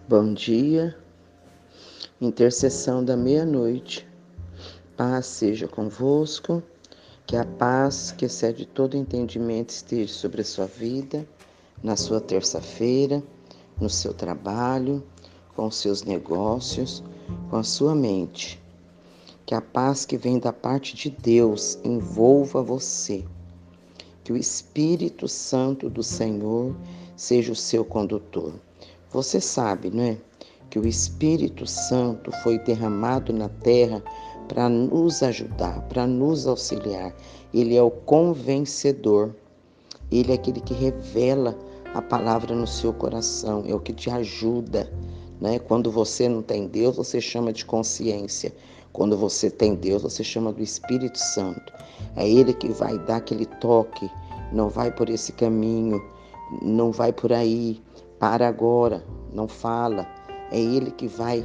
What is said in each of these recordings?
Bom dia, intercessão da meia-noite. Paz seja convosco, que a paz que excede todo entendimento esteja sobre a sua vida, na sua terça-feira, no seu trabalho, com os seus negócios, com a sua mente. Que a paz que vem da parte de Deus envolva você. Que o Espírito Santo do Senhor seja o seu condutor. Você sabe, não é? Que o Espírito Santo foi derramado na terra para nos ajudar, para nos auxiliar. Ele é o convencedor. Ele é aquele que revela a palavra no seu coração, é o que te ajuda, né? Quando você não tem Deus, você chama de consciência. Quando você tem Deus, você chama do Espírito Santo. É Ele que vai dar aquele toque. Não vai por esse caminho, não vai por aí, para agora, não fala. É Ele que vai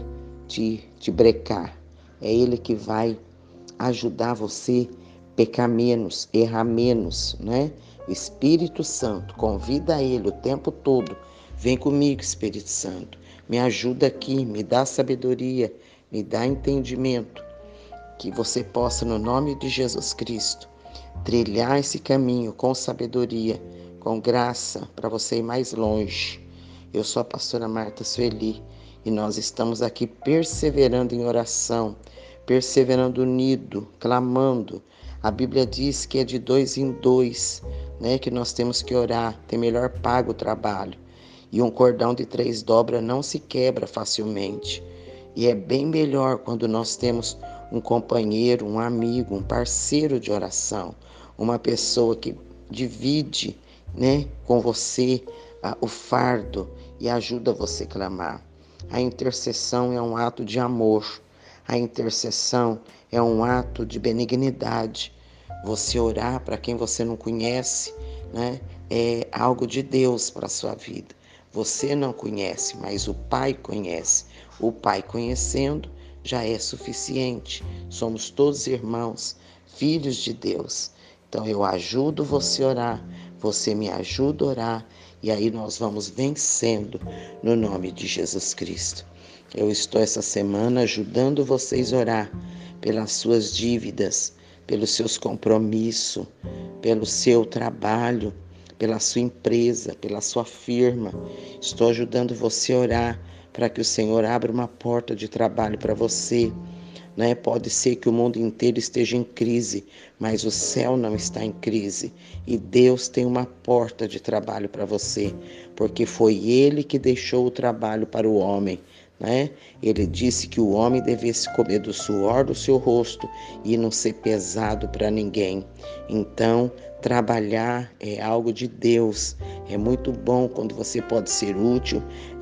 te brecar. É Ele que vai ajudar você a pecar menos, errar menos, né? O Espírito Santo, convida Ele o tempo todo. Vem comigo, Espírito Santo. Me ajuda aqui, me dá sabedoria, me dá entendimento. Que você possa, no nome de Jesus Cristo, trilhar esse caminho com sabedoria, com graça, para você ir mais longe. Eu sou a pastora Marta Sueli e nós estamos aqui perseverando em oração, perseverando unido, clamando. A Bíblia diz que é de 2 em 2, né, que nós temos que orar, tem melhor pago o trabalho. E um cordão de 3 dobras não se quebra facilmente. E é bem melhor quando nós temos um companheiro, um amigo, um parceiro de oração, uma pessoa que divide, né, com você o fardo e ajuda você a clamar. A intercessão é um ato de amor. A intercessão é um ato de benignidade. Você orar para quem você não conhece, né, é algo de Deus para a sua vida. Você não conhece, mas o Pai conhece. O Pai conhecendo já é suficiente. Somos todos irmãos, filhos de Deus. Então eu ajudo você a orar, você me ajuda a orar, e aí nós vamos vencendo no nome de Jesus Cristo. Eu estou essa semana ajudando vocês a orar pelas suas dívidas, pelos seus compromissos, pelo seu trabalho, pela sua empresa, pela sua firma. Estou ajudando você a orar para que o Senhor abra uma porta de trabalho para você. Né? Pode ser que o mundo inteiro esteja em crise, mas o céu não está em crise. E Deus tem uma porta de trabalho para você, porque foi Ele que deixou o trabalho para o homem. Né? Ele disse que o homem devesse comer do suor do seu rosto e não ser pesado para ninguém. Então, trabalhar é algo de Deus. É muito bom quando você pode ser útil,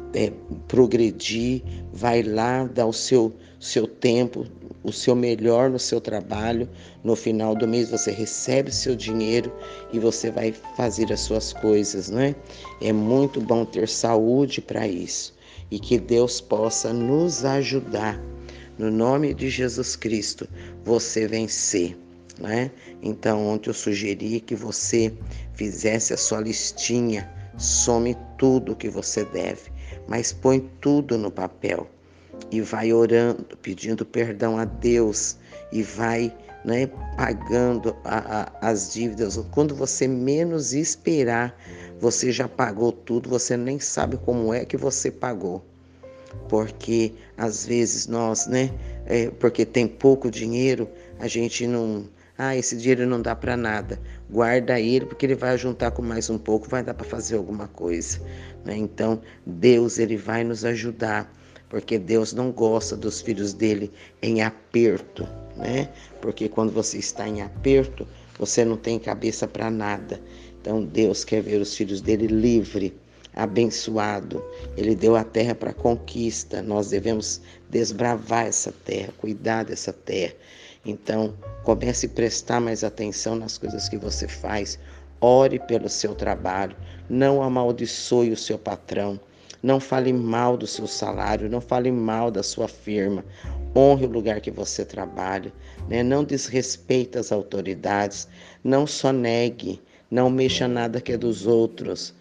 progredir, vai lá, dá o seu tempo, o seu melhor no seu trabalho. No final do mês você recebe seu dinheiro e você vai fazer as suas coisas, né? É muito bom ter saúde para isso e que Deus possa nos ajudar, no nome de Jesus Cristo, você vencer, né? Então, ontem eu sugeri que você fizesse a sua listinha, some tudo que você deve, mas põe tudo no papel e vai orando, pedindo perdão a Deus e vai, né, pagando as dívidas. Quando você menos esperar, você já pagou tudo, você nem sabe como é que você pagou. Porque às vezes nós, né, porque tem pouco dinheiro, a gente não... esse dinheiro não dá para nada. Guarda ele, porque ele vai juntar com mais um pouco, vai dar para fazer alguma coisa. Né? Então, Deus, ele vai nos ajudar, porque Deus não gosta dos filhos dele em aperto, né? Porque quando você está em aperto, você não tem cabeça para nada. Então, Deus quer ver os filhos dele livre, abençoado. Ele deu a terra para conquista. Nós devemos desbravar essa terra, cuidar dessa terra. Então, comece a prestar mais atenção nas coisas que você faz. Ore pelo seu trabalho. Não amaldiçoe o seu patrão. Não fale mal do seu salário. Não fale mal da sua firma. Honre o lugar que você trabalha, né? Não desrespeite as autoridades. Não sonegue. Não mexa nada que é dos outros.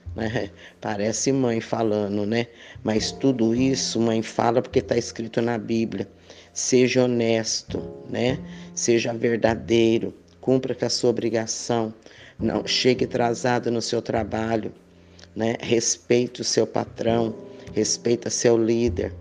né? Parece mãe falando, né? Mas tudo isso mãe fala porque está escrito na Bíblia. Seja honesto, né? Seja verdadeiro, cumpra com a sua obrigação, não chegue atrasado no seu trabalho, né? Respeite o seu patrão, respeita seu líder.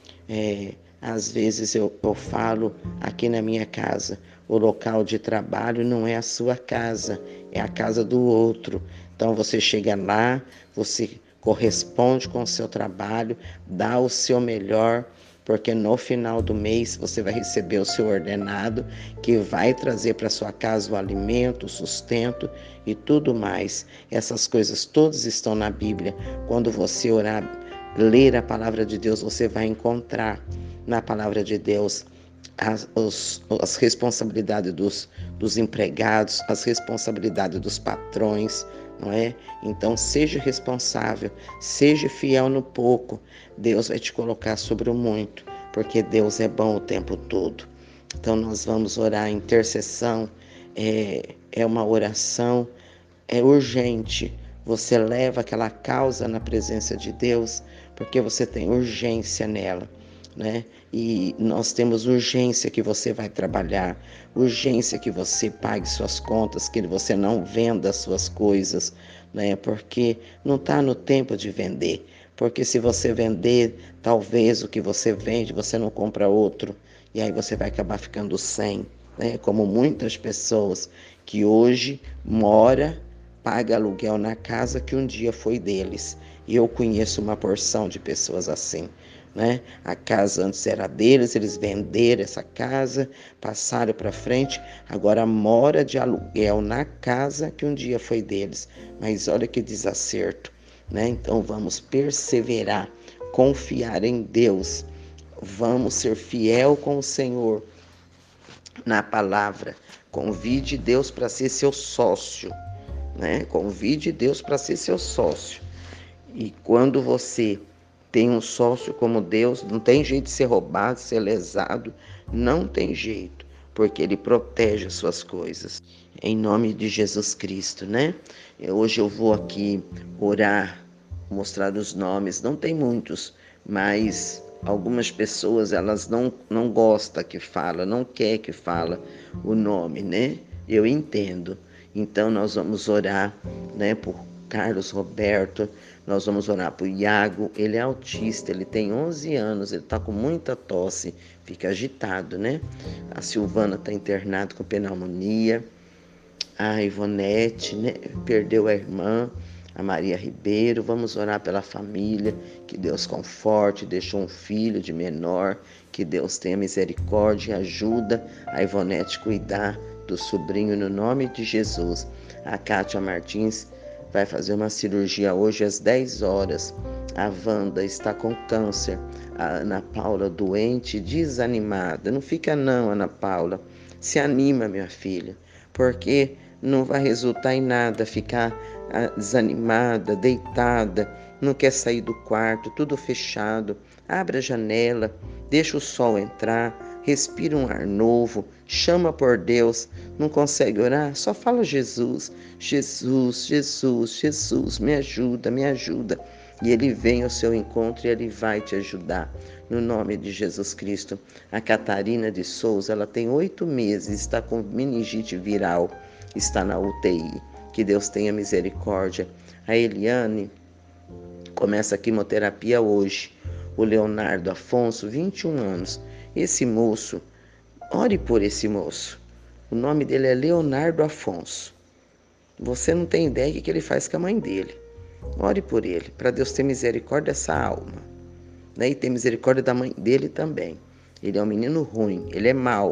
Às vezes eu falo aqui na minha casa, o local de trabalho não é a sua casa, é a casa do outro. Então você chega lá, você corresponde com o seu trabalho, dá o seu melhor, porque no final do mês você vai receber o seu ordenado, que vai trazer para sua casa o alimento, o sustento e tudo mais. Essas coisas todas estão na Bíblia. Quando você orar, ler a palavra de Deus, você vai encontrar na palavra de Deus as responsabilidades dos empregados, as responsabilidades dos patrões, não é? Então, seja responsável, seja fiel no pouco, Deus vai te colocar sobre o muito, porque Deus é bom o tempo todo. Então, nós vamos orar, intercessão, é uma oração, é urgente. Você leva aquela causa na presença de Deus, porque você tem urgência nela, né? E nós temos urgência que você vai trabalhar, urgência que você pague suas contas, que você não venda as suas coisas, né? Porque não está no tempo de vender. Porque se você vender, talvez o que você vende, você não compra outro, e aí você vai acabar ficando sem, né? Como muitas pessoas que hoje paga aluguel na casa que um dia foi deles. E eu conheço uma porção de pessoas assim, né? A casa antes era deles, eles venderam essa casa, passaram para frente, agora mora de aluguel na casa que um dia foi deles. Mas olha que desacerto, né? Então vamos perseverar, confiar em Deus, vamos ser fiel com o Senhor na palavra. Convide Deus para ser seu sócio, né? Convide Deus para ser seu sócio. E quando você tem um sócio como Deus, não tem jeito de ser roubado, ser lesado, não tem jeito, porque Ele protege as suas coisas. Em nome de Jesus Cristo, né? Hoje eu vou aqui orar, mostrar os nomes, não tem muitos, mas algumas pessoas elas não gostam que fala, não quer que fala o nome, né? Eu entendo. Então nós vamos orar, né, por Carlos Roberto, nós vamos orar por Iago, ele é autista, ele tem 11 anos, ele está com muita tosse, fica agitado, né? A Silvana está internada com pneumonia, a Ivonete, né, perdeu a irmã, a Maria Ribeiro, vamos orar pela família, que Deus conforte, deixou um filho de menor, que Deus tenha misericórdia e ajuda a Ivonete cuidar do sobrinho no nome de Jesus. A Kátia Martins vai fazer uma cirurgia hoje às 10 horas. A Wanda está com câncer. A Ana Paula doente, desanimada. Não fica não, Ana Paula. Se anima, minha filha, porque não vai resultar em nada ficar desanimada, deitada, não quer sair do quarto, tudo fechado. Abre a janela, deixa o sol entrar, respira um ar novo, chama por Deus. Não consegue orar? Só fala Jesus, Jesus, Jesus, Jesus, me ajuda, me ajuda. E Ele vem ao seu encontro e Ele vai te ajudar. No nome de Jesus Cristo. A Catarina de Souza, ela tem 8 meses, está com meningite viral, está na UTI. Que Deus tenha misericórdia. A Eliane começa a quimioterapia hoje. O Leonardo Afonso, 21 anos. Esse moço, ore por esse moço. O nome dele é Leonardo Afonso. Você não tem ideia do que ele faz com a mãe dele. Ore por ele, para Deus ter misericórdia dessa alma, né? E ter misericórdia da mãe dele também. Ele é um menino ruim, ele é mau,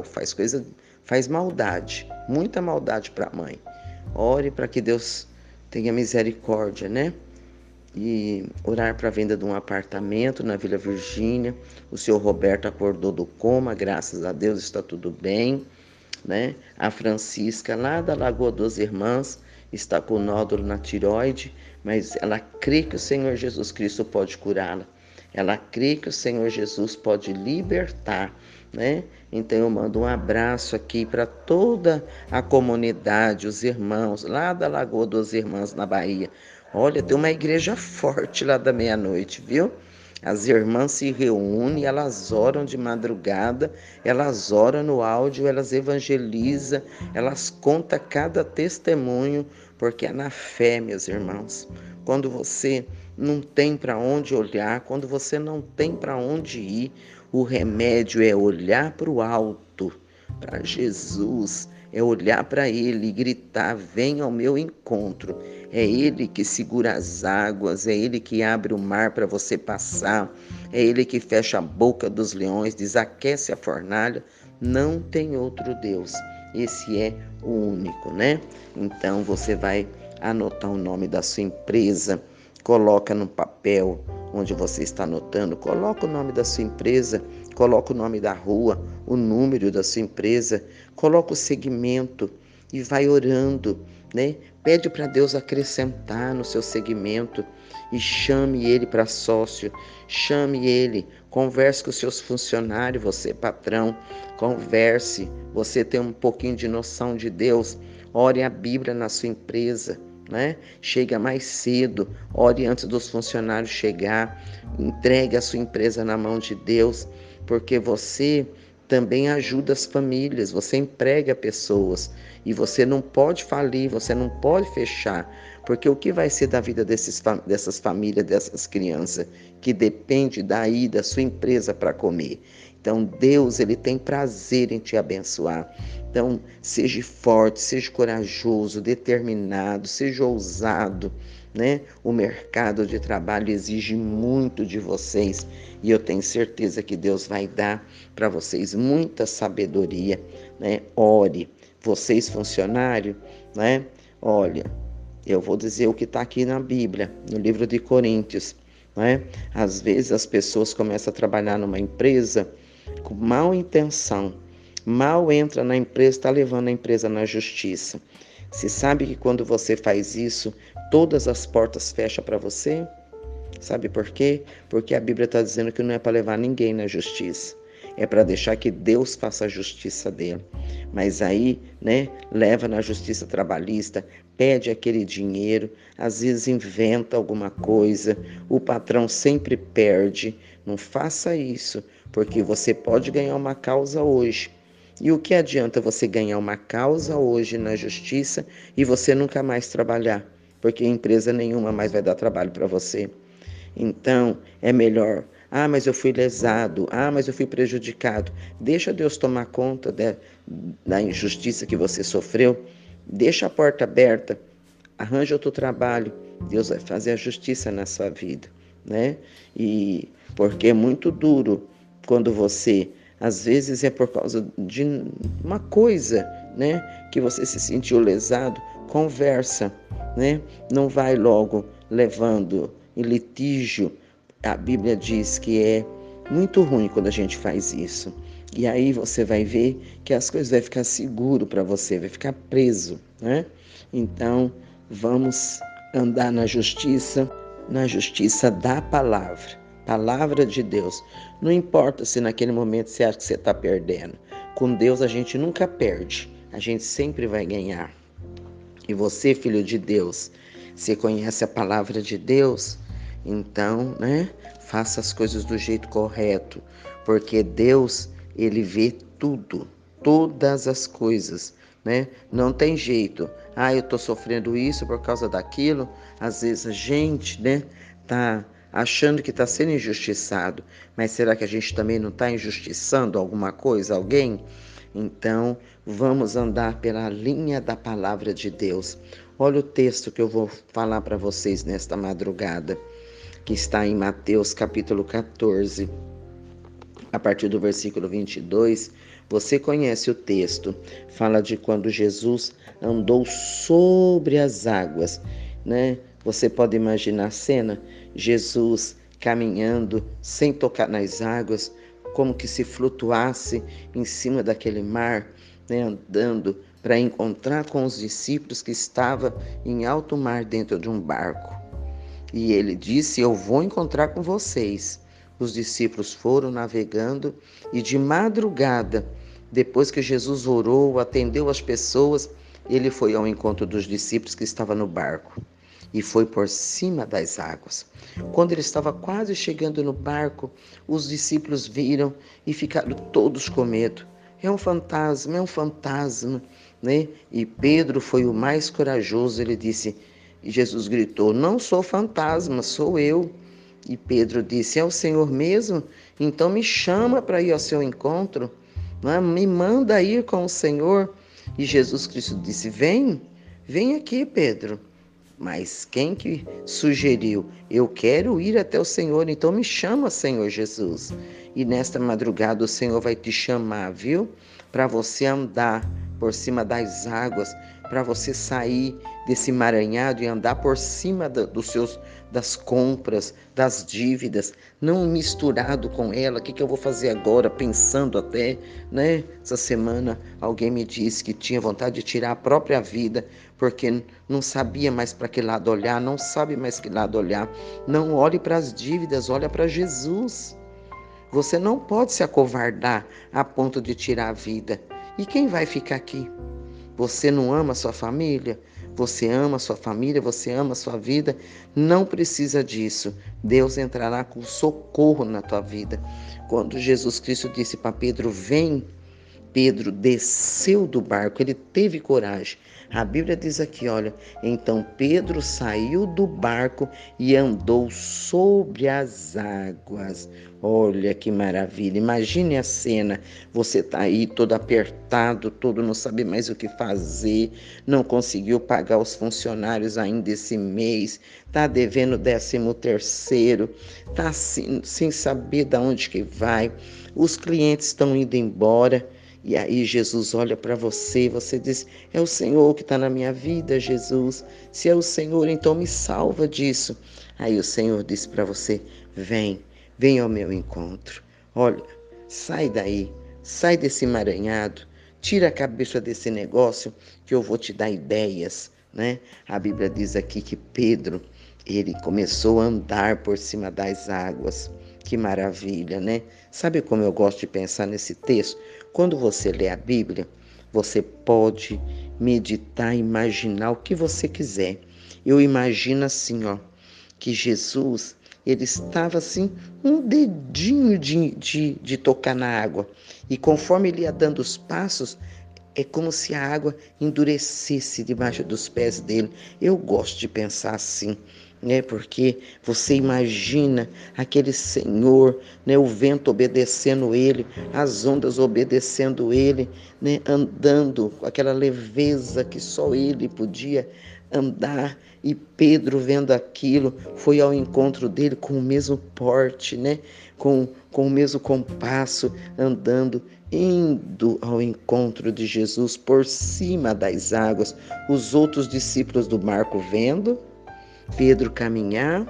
faz maldade, muita maldade para a mãe. Ore para que Deus tenha misericórdia, né? E orar para a venda de um apartamento na Vila Virgínia. O senhor Roberto acordou do coma, graças a Deus está tudo bem, né? A Francisca, lá da Lagoa dos Irmãs, está com nódulo na tireoide, mas ela crê que o Senhor Jesus Cristo pode curá-la. Ela crê que o Senhor Jesus pode libertar, né? Então eu mando um abraço aqui para toda a comunidade, os irmãos lá da Lagoa dos Irmãos na Bahia. Olha, tem uma igreja forte lá da meia-noite, viu? As irmãs se reúnem, elas oram de madrugada, elas oram no áudio, elas evangelizam, elas contam cada testemunho, porque é na fé, meus irmãos. Quando você não tem para onde olhar, quando você não tem para onde ir, o remédio é olhar para o alto, para Jesus, é olhar para Ele e gritar: venha ao meu encontro. É Ele que segura as águas, é Ele que abre o mar para você passar, é Ele que fecha a boca dos leões, desaquece a fornalha. Não tem outro Deus. Esse é o único, né? Então você vai anotar o nome da sua empresa, coloca no papel onde você está anotando, coloca o nome da sua empresa, coloca o nome da rua, o número da sua empresa, coloca o segmento e vai orando, né? Pede para Deus acrescentar no seu segmento e chame ele para sócio, chame ele, converse com os seus funcionários, você patrão, converse, você tem um pouquinho de noção de Deus, ore a Bíblia na sua empresa, né? Chega mais cedo, ore antes dos funcionários chegar, entregue a sua empresa na mão de Deus, porque você também ajuda as famílias, você emprega pessoas e você não pode falir, você não pode fechar, porque o que vai ser da vida dessas famílias, dessas crianças, que depende daí da sua empresa para comer. Então Deus, ele tem prazer em te abençoar. Então, seja forte, seja corajoso, determinado, seja ousado, né? O mercado de trabalho exige muito de vocês e eu tenho certeza que Deus vai dar para vocês muita sabedoria, né? Ore, vocês funcionários, né? Olha, eu vou dizer o que está aqui na Bíblia, no livro de Coríntios, né? Às vezes as pessoas começam a trabalhar numa empresa com mal intenção, mal entra na empresa, está levando a empresa na justiça. Você sabe que quando você faz isso, todas as portas fecham para você? Sabe por quê? Porque a Bíblia está dizendo que não é para levar ninguém na justiça. É para deixar que Deus faça a justiça dele. Mas aí, né, leva na justiça trabalhista, pede aquele dinheiro, às vezes inventa alguma coisa, o patrão sempre perde. Não faça isso, porque você pode ganhar uma causa hoje. E o que adianta você ganhar uma causa hoje na justiça e você nunca mais trabalhar? Porque empresa nenhuma mais vai dar trabalho para você. Então, é melhor, mas eu fui lesado, mas eu fui prejudicado. Deixa Deus tomar conta da injustiça que você sofreu. Deixa a porta aberta, arranja outro trabalho. Deus vai fazer a justiça na sua vida, né? E porque é muito duro quando você, às vezes é por causa de uma coisa, né, que você se sentiu lesado, conversa, né? Não vai logo levando em litígio. A Bíblia diz que é muito ruim quando a gente faz isso. E aí você vai ver que as coisas vão ficar seguro para você, vai ficar preso, né? Então, vamos andar na justiça da palavra de Deus. Não importa se naquele momento você acha que você está perdendo. Com Deus a gente nunca perde, a gente sempre vai ganhar. E você, filho de Deus, você conhece a palavra de Deus? Então, né? Faça as coisas do jeito correto, porque Deus, ele vê tudo, todas as coisas, né? Não tem jeito. Eu tô sofrendo isso por causa daquilo. Às vezes a gente, né, tá achando que está sendo injustiçado, mas será que a gente também não está injustiçando alguma coisa, alguém? Então, vamos andar pela linha da palavra de Deus. Olha o texto que eu vou falar para vocês nesta madrugada, que está em Mateus capítulo 14, a partir do versículo 22. Você conhece o texto, fala de quando Jesus andou sobre as águas, né? Você pode imaginar a cena, Jesus caminhando sem tocar nas águas, como que se flutuasse em cima daquele mar, né? Andando para encontrar com os discípulos que estavam em alto mar dentro de um barco. E ele disse: eu vou encontrar com vocês. os discípulos foram navegando e de madrugada, depois que Jesus orou, atendeu as pessoas, ele foi ao encontro dos discípulos que estavam no barco e foi por cima das águas. Quando ele estava quase chegando no barco, os discípulos viram e ficaram todos com medo. É um fantasma, né? E Pedro foi o mais corajoso, ele disse, e Jesus gritou, não sou fantasma, sou eu. E Pedro disse, é o Senhor mesmo? Então me chama para ir ao seu encontro, né? Me manda ir com o Senhor. E Jesus Cristo disse, vem aqui, Pedro. Mas quem que sugeriu? Eu quero ir até o Senhor, então me chama, Senhor Jesus. E nesta madrugada o Senhor vai te chamar, viu? Para você andar por cima das águas, para você sair desse emaranhado e andar por cima das compras, das dívidas, não misturado com ela. O que eu vou fazer agora? Pensando até, né? Essa semana alguém me disse que tinha vontade de tirar a própria vida, porque não sabia mais para que lado olhar, não sabe mais que lado olhar. Não olhe para as dívidas, olha para Jesus. Você não pode se acovardar a ponto de tirar a vida. E quem vai ficar aqui? Você não ama sua família? Você ama sua família? Você ama sua vida? Não precisa disso. Deus entrará com socorro na tua vida. Quando Jesus Cristo disse para Pedro, vem, Pedro desceu do barco, ele teve coragem. A Bíblia diz aqui, olha, então Pedro saiu do barco e andou sobre as águas. Olha que maravilha, imagine a cena, você está aí todo apertado, todo não sabe mais o que fazer, não conseguiu pagar os funcionários ainda esse mês, está devendo 13º, está sem saber de onde que vai, os clientes estão indo embora. E aí Jesus olha para você, você diz, é o Senhor que está na minha vida, Jesus. Se é o Senhor, então me salva disso. Aí o Senhor disse para você, vem ao meu encontro. Olha, sai daí, sai desse emaranhado, tira a cabeça desse negócio que eu vou te dar ideias, né? A Bíblia diz aqui que Pedro, ele começou a andar por cima das águas. Que maravilha, né? Sabe como eu gosto de pensar nesse texto? Quando você lê a Bíblia, você pode meditar, imaginar o que você quiser. Eu imagino assim, ó, que Jesus, ele estava assim, um dedinho de tocar na água. E conforme ele ia dando os passos, é como se a água endurecesse debaixo dos pés dele. Eu gosto de pensar assim, né? Porque você imagina aquele Senhor, né? O vento obedecendo ele, as ondas obedecendo ele, né? Andando com aquela leveza que só ele podia andar. E Pedro, vendo aquilo, foi ao encontro dele com o mesmo porte, né? Com o mesmo compasso, andando, indo ao encontro de Jesus por cima das águas. Os outros discípulos do barco vendo, Pedro caminhar,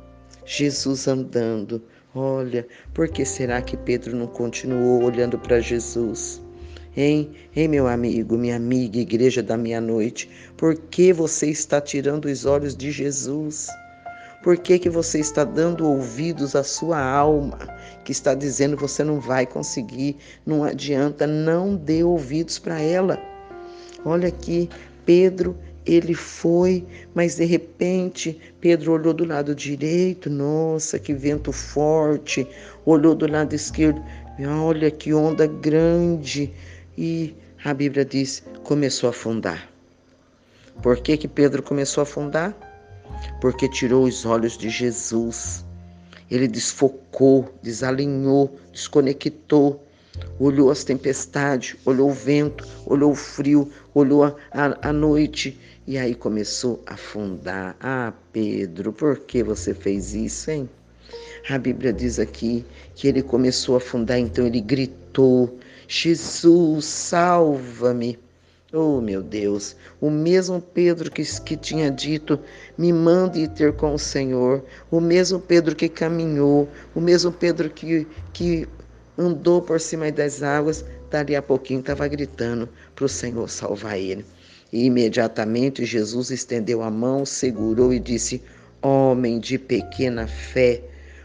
Jesus andando. Olha, por que será que Pedro não continuou olhando para Jesus? Hein, meu amigo, minha amiga, igreja da meia-noite, por que você está tirando os olhos de Jesus? Por que você está dando ouvidos à sua alma, que está dizendo que você não vai conseguir, não adianta, não dê ouvidos para ela. Olha aqui, Pedro, ele foi, mas de repente Pedro olhou do lado direito, nossa, que vento forte, olhou do lado esquerdo, olha que onda grande, e a Bíblia diz, começou a afundar. Por que Pedro começou a afundar? Porque tirou os olhos de Jesus. Ele desfocou, desalinhou, desconectou, olhou as tempestades, olhou o vento, olhou o frio, olhou a noite e aí começou a afundar. Ah, Pedro, por que você fez isso, hein? A Bíblia diz aqui que ele começou a afundar, então ele gritou, Jesus, salva-me. Oh, meu Deus, o mesmo Pedro que tinha dito, me mande ir ter com o Senhor, o mesmo Pedro que caminhou, o mesmo Pedro que andou por cima das águas, dali a pouquinho estava gritando para o Senhor salvar ele. E imediatamente Jesus estendeu a mão, segurou e disse, homem de pequena fé,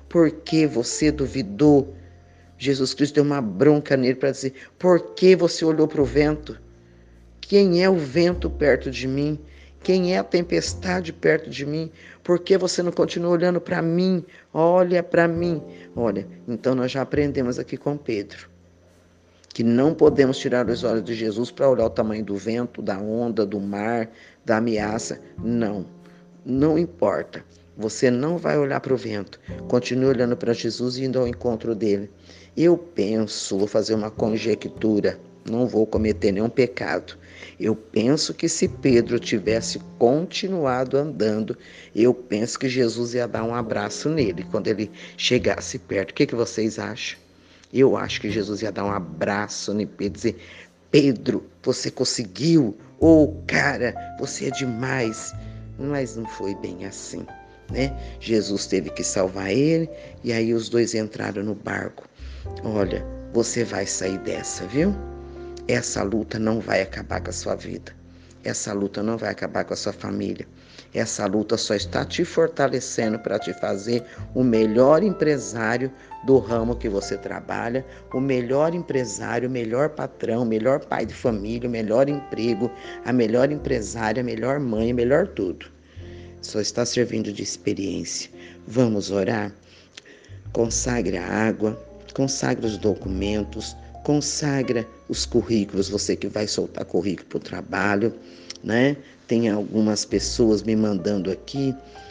Por que você duvidou? Jesus Cristo deu uma bronca nele para dizer: por que você olhou para o vento? Quem é o vento perto de mim? Quem é a tempestade perto de mim? Por que você não continua olhando para mim? Olha para mim. Olha, então nós já aprendemos aqui com Pedro que não podemos tirar os olhos de Jesus para olhar o tamanho do vento, da onda, do mar, da ameaça. Não, não importa. Você não vai olhar para o vento. Continue olhando para Jesus e indo ao encontro dele. Eu penso, vou fazer uma conjectura, não vou cometer nenhum pecado. Eu penso que se Pedro tivesse continuado andando, eu penso que Jesus ia dar um abraço nele quando ele chegasse perto. O que vocês acham? Eu acho que Jesus ia dar um abraço em Pedro e dizer: Pedro, você conseguiu. Cara, você é demais. Mas não foi bem assim, né? Jesus teve que salvar ele e aí os dois entraram no barco. Olha, você vai sair dessa, viu? Essa luta não vai acabar com a sua vida. Essa luta não vai acabar com a sua família. Essa luta só está te fortalecendo para te fazer o melhor empresário do ramo que você trabalha, o melhor empresário, o melhor patrão, o melhor pai de família, o melhor emprego, a melhor empresária, a melhor mãe, o melhor tudo. Só está servindo de experiência. Vamos orar? Consagre a água, consagre os documentos, consagra os currículos, você que vai soltar currículo para o trabalho, né? Tem algumas pessoas me mandando aqui,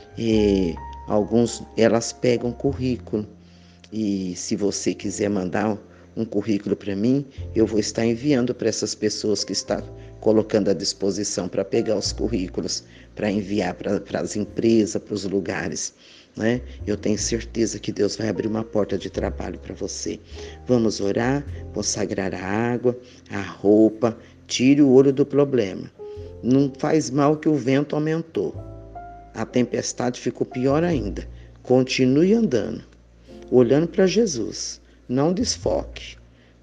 elas pegam currículo, e se você quiser mandar um currículo para mim, eu vou estar enviando para essas pessoas que estão colocando à disposição para pegar os currículos, para enviar para as empresas, para os lugares, né? Eu tenho certeza que Deus vai abrir uma porta de trabalho para você. Vamos orar, consagrar a água, a roupa, tire o olho do problema. Não faz mal que o vento aumentou. A tempestade ficou pior ainda. Continue andando, olhando para Jesus. Não desfoque,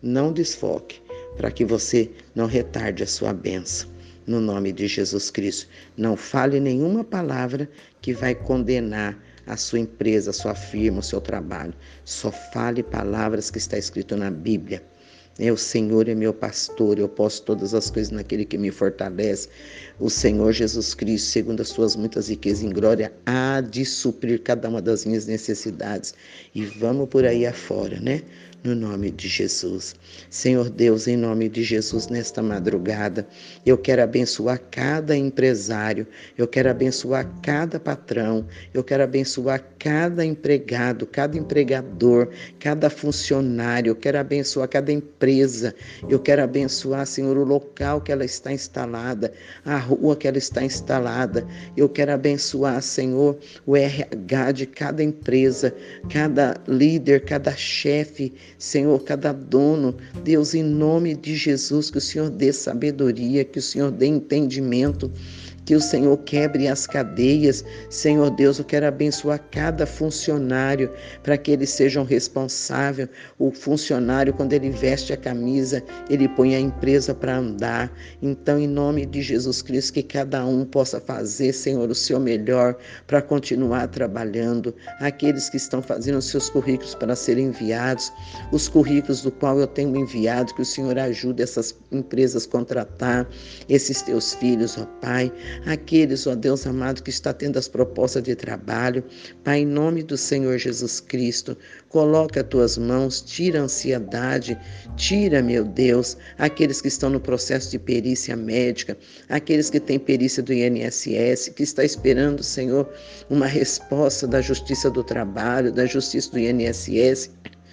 para que você não retarde a sua bênção. No nome de Jesus Cristo, não fale nenhuma palavra que vai condenar a sua empresa, a sua firma, o seu trabalho. Só fale palavras que está escrito na Bíblia. O Senhor é meu pastor, eu posso todas as coisas naquele que me fortalece. O Senhor Jesus Cristo, segundo as suas muitas riquezas em glória, há de suprir cada uma das minhas necessidades. E vamos por aí afora, né? No nome de Jesus. Senhor Deus, em nome de Jesus, nesta madrugada, eu quero abençoar cada empresário, eu quero abençoar cada patrão, eu quero abençoar cada empregado, cada empregador, cada funcionário, eu quero abençoar cada empresa, eu quero abençoar, Senhor, o local que ela está instalada, a rua que ela está instalada, eu quero abençoar, Senhor, o RH de cada empresa, cada líder, cada chefe, Senhor, cada dono. Deus, em nome de Jesus, que o Senhor dê sabedoria, que o Senhor dê entendimento, que o Senhor quebre as cadeias. Senhor Deus, eu quero abençoar cada funcionário para que eles sejam responsáveis. O funcionário, quando ele veste a camisa, ele põe a empresa para andar. Então, em nome de Jesus Cristo, que cada um possa fazer, Senhor, o seu melhor para continuar trabalhando. Aqueles que estão fazendo os seus currículos para serem enviados, os currículos do qual eu tenho enviado, que o Senhor ajude essas empresas a contratar esses teus filhos, ó Pai. Aqueles, ó Deus amado, que está tendo as propostas de trabalho, Pai, em nome do Senhor Jesus Cristo, coloca as tuas mãos, tira a ansiedade, tira, meu Deus, aqueles que estão no processo de perícia médica, aqueles que têm perícia do INSS, que está esperando, Senhor, uma resposta da Justiça do Trabalho, da Justiça do INSS.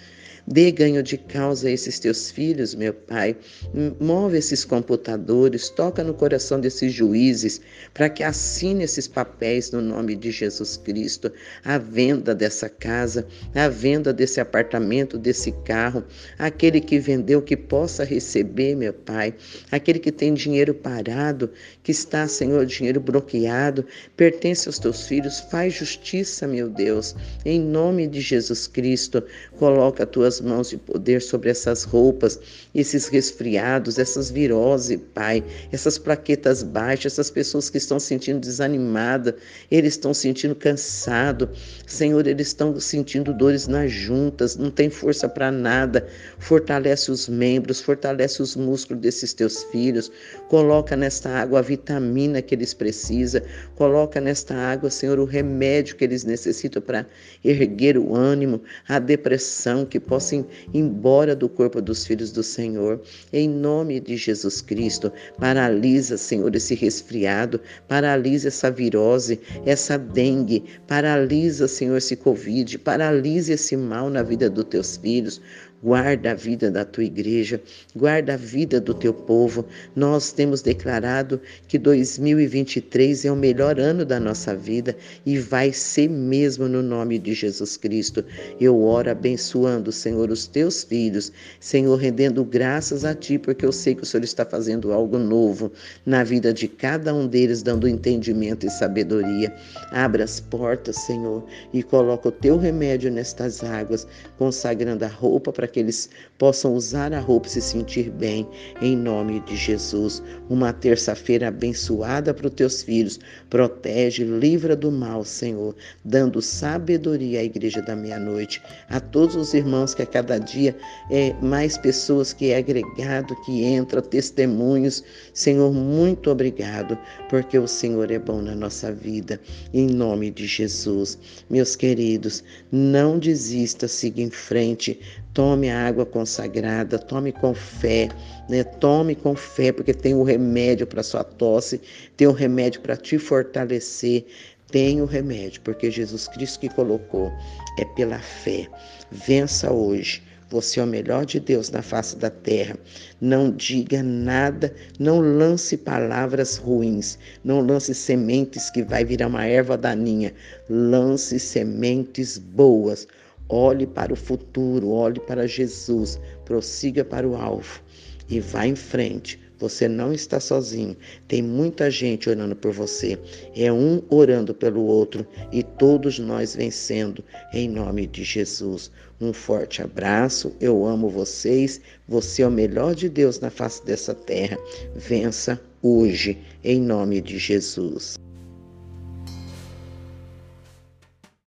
Dê ganho de causa a esses teus filhos, meu Pai. Move esses computadores, toca no coração desses juízes, para que assine esses papéis no nome de Jesus Cristo. A venda dessa casa, a venda desse apartamento, desse carro, aquele que vendeu que possa receber, meu Pai. Aquele que tem dinheiro parado, que está, Senhor, dinheiro bloqueado, pertence aos teus filhos. Faz justiça, meu Deus. Em nome de Jesus Cristo, coloca a tua tuas mãos de poder sobre essas roupas, esses resfriados, essas viroses, Pai, essas plaquetas baixas, essas pessoas que estão sentindo desanimada, eles estão sentindo cansado, Senhor, eles estão sentindo dores nas juntas, não tem força para nada. Fortalece os membros, fortalece os músculos desses teus filhos, coloca nesta água a vitamina que eles precisam, coloca nesta água, Senhor, o remédio que eles necessitam para erguer o ânimo, a depressão que possa ir embora do corpo dos filhos do Senhor. Em nome de Jesus Cristo, paralisa, Senhor, esse resfriado, paralisa essa virose, essa dengue, paralisa, Senhor, esse Covid, paralisa esse mal na vida dos teus filhos. Guarda a vida da tua igreja, guarda a vida do teu povo. Nós temos declarado que 2023 é o melhor ano da nossa vida e vai ser mesmo no nome de Jesus Cristo. Eu oro abençoando, Senhor, os teus filhos, Senhor, rendendo graças a ti, porque eu sei que o Senhor está fazendo algo novo na vida de cada um deles, dando entendimento e sabedoria. Abra as portas, Senhor, e coloca o teu remédio nestas águas, consagrando a roupa para que eles possam usar a roupa e se sentir bem, em nome de Jesus. Uma terça-feira abençoada para os teus filhos. Protege, livra do mal, Senhor, dando sabedoria à igreja da meia-noite. A todos os irmãos que a cada dia mais pessoas que é agregado, que entra, testemunhos. Senhor, muito obrigado, porque o Senhor é bom na nossa vida, em nome de Jesus. Meus queridos, não desista, siga em frente. Tome a água consagrada, tome com fé, né? Tome com fé, porque tem o remédio para sua tosse, tem o remédio para te fortalecer, tem o remédio, porque Jesus Cristo que colocou, é pela fé. Vença hoje. Você é o melhor de Deus na face da terra. Não diga nada, não lance palavras ruins, não lance sementes que vai virar uma erva daninha. Lance sementes boas. Olhe para o futuro, olhe para Jesus, prossiga para o alvo e vá em frente. Você não está sozinho, tem muita gente orando por você, é um orando pelo outro e todos nós vencendo em nome de Jesus. Um forte abraço, eu amo vocês, você é o melhor de Deus na face dessa terra. Vença hoje, em nome de Jesus.